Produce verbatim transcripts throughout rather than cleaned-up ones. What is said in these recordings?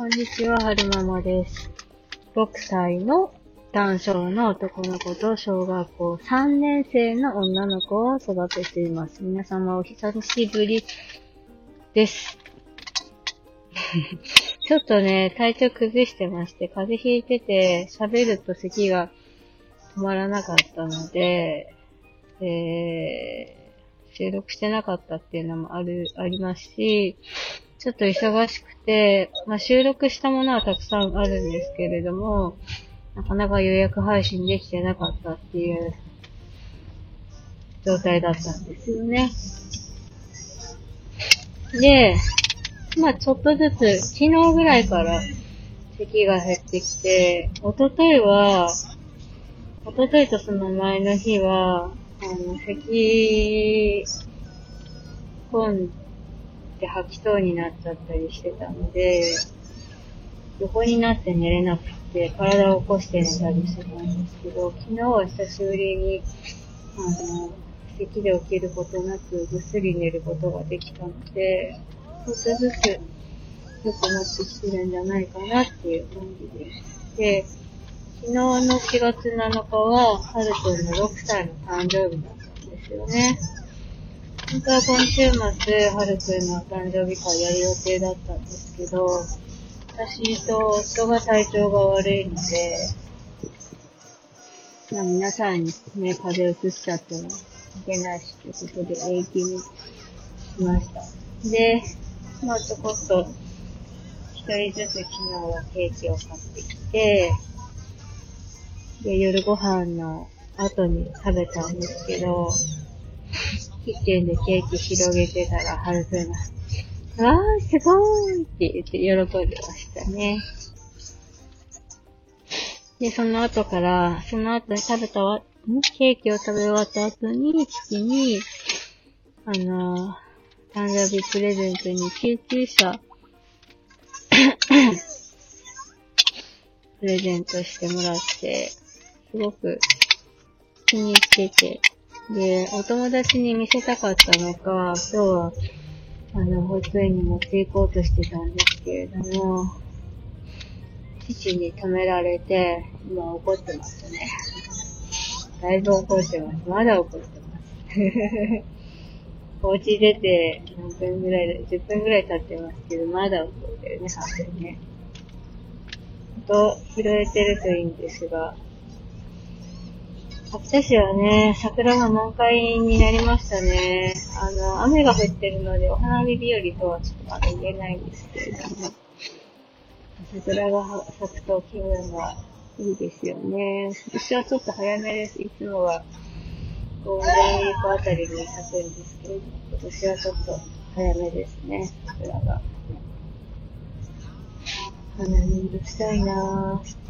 んにちは、はるままです。ろくさいの男性の男の子と小学校さんねん生の女の子を育てています。皆様お久しぶりです。ちょっとね、体調崩してまして、風邪ひいてて、喋ると咳が止まらなかったので、えー、収録してなかったっていうのもある、ありますし、ちょっと忙しくて、まあ、収録したものはたくさんあるんですけれども、なかなか予約配信できてなかったっていう状態だったんですよね。で、まあちょっとずつ、昨日ぐらいから咳が減ってきて、おとといは、おとといとその前の日は、あの、咳込んで吐きそうになっちゃったりしてたので、横になって寝れなくて、体を起こして寝たりしてたんですけど、昨日は久しぶりに、あの、咳で起きることなくぐっすり寝ることができたので、ちょっとずつ良くなってきてるんじゃないかなっていう感じです。で、昨日のしがつなのかは、はるくんのろくさいの誕生日だったんですよね。本当は今週末、はるくんの誕生日会やる予定だったんですけど、私と夫が体調が悪いので、まあ、皆さんにね、風邪を移しちゃってもいけないし、ということで延期にしました。で、まあちょこっと、一人ずつ昨日はケーキを買ってきて、で、夜ご飯の後に食べたんですけど、キッチンでケーキ広げてたら、はるくんが、わー、すごーいって言って喜んでましたね。で、その後から、その後に食べたわ、んケーキを食べ終わった後に、父に、あのー、誕生日プレゼントに救急車、プレゼントしてもらって、すごく気に入ってて、で、お友達に見せたかったのか、今日は、あの、保育園に持って行こうとしてたんですけれども、父に止められて、今怒ってますね。だいぶ怒ってます。まだ怒ってます。お家出て何分ぐらい、じゅっぷんぐらい経ってますけど、まだ怒ってるね、完全にね。と、拾えてるといいんですが、秋田市はね、桜が満開になりましたね。あの、雨が降ってるので、お花見日和とはちょっとまだ言えないんですけれども、桜が咲くと気分がいいですよね。今年はちょっと早めです。いつもはゴールデンウィークあたりに咲くんですけれども、今年はちょっと早めですね、桜が。花見行きたいなぁ。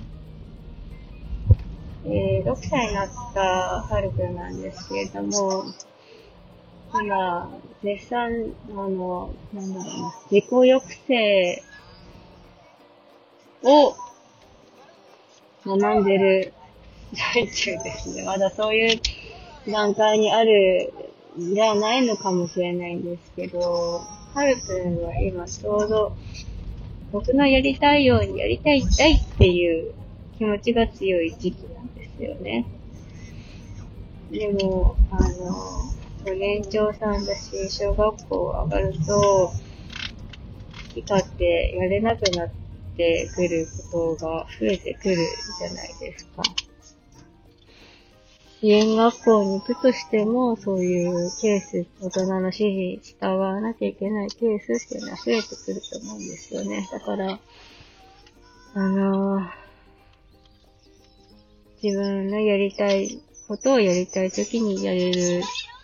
えー、ろくさいになったはるくんなんですけれども、今、絶賛、あの、なんだろうな、自己抑制を学んでる最中ですね。まだそういう段階にあるんじゃないのかもしれないんですけど、はるくんは今ちょうど僕のやりたいようにやりたいたいっていう気持ちが強い時期なんですよね。でも、あの、年長さんだし、小学校上がると、好き勝手やれなくなってくることが増えてくるじゃないですか。支援学校に行くとしても、そういうケース、大人の指示に従わなきゃいけないケースっていうのは増えてくると思うんですよね。だから、あのー、自分のやりたいことをやりたいときにやれる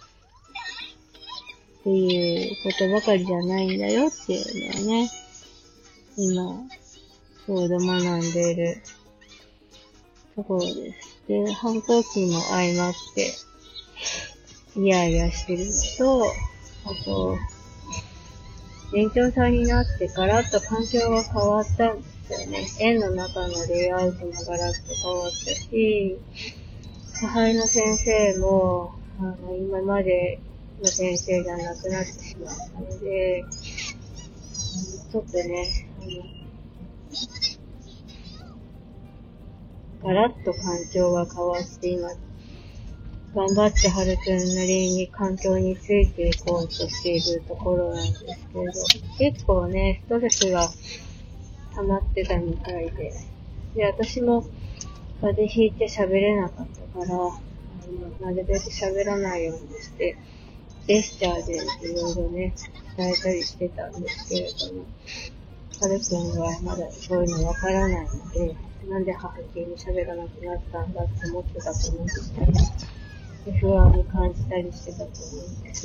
っていうことばかりじゃないんだよっていうのはね、今、ちょうど学んでいるところです。で、反抗期も相まって、イヤイヤしてるのと、あと、年長さんになってガラッと環境が変わったんですよね。園の中のレイアウトもガラッと変わったし、後輩の先生も、あの、今までの先生が亡くなってしまったので、ちょっとね、あのガラッと環境が変わって今、頑張ってはるくんなりに環境についていこうとしているところなんですけれど、結構ね、ストレスが溜まってたみたいで、で、私も風邪ひいて喋れなかったから、あのなるべく喋らないようにして、ジェスチャーでいろいろね、伝えたりしてたんですけれども、はるくんはまだそういうのわからないので、なんで母急に喋らなくなったんだって思ってたと思うんですけど、不安に感じたりしてたと思うんです。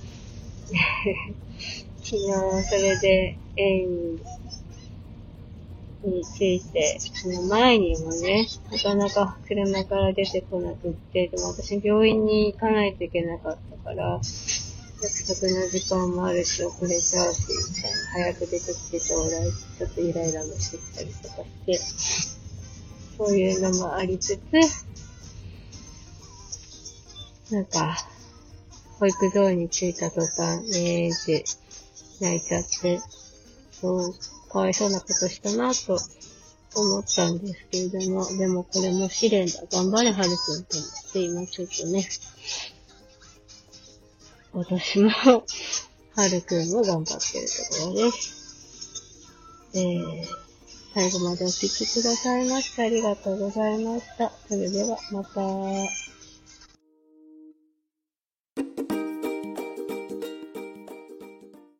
昨日それで園について、その前にもね、なかなか車から出てこなくって、でも私病院に行かないといけなかったから、約束の時間もあるし遅れちゃうし、みたいな、早く出てきてちょうだい、ちょっとイライラもしてきたりとかして、そういうのもありつつ、なんか、保育所に着いた途端、えーって泣いちゃって、そう、かわいそうなことしたなと思ったんですけれども、でもこれも試練だ。頑張れ、はるくんと思って、今ちょっとね、私も、はるくんも頑張ってるところです。えー、最後までお聞きくださいましてありがとうございました。それではまた。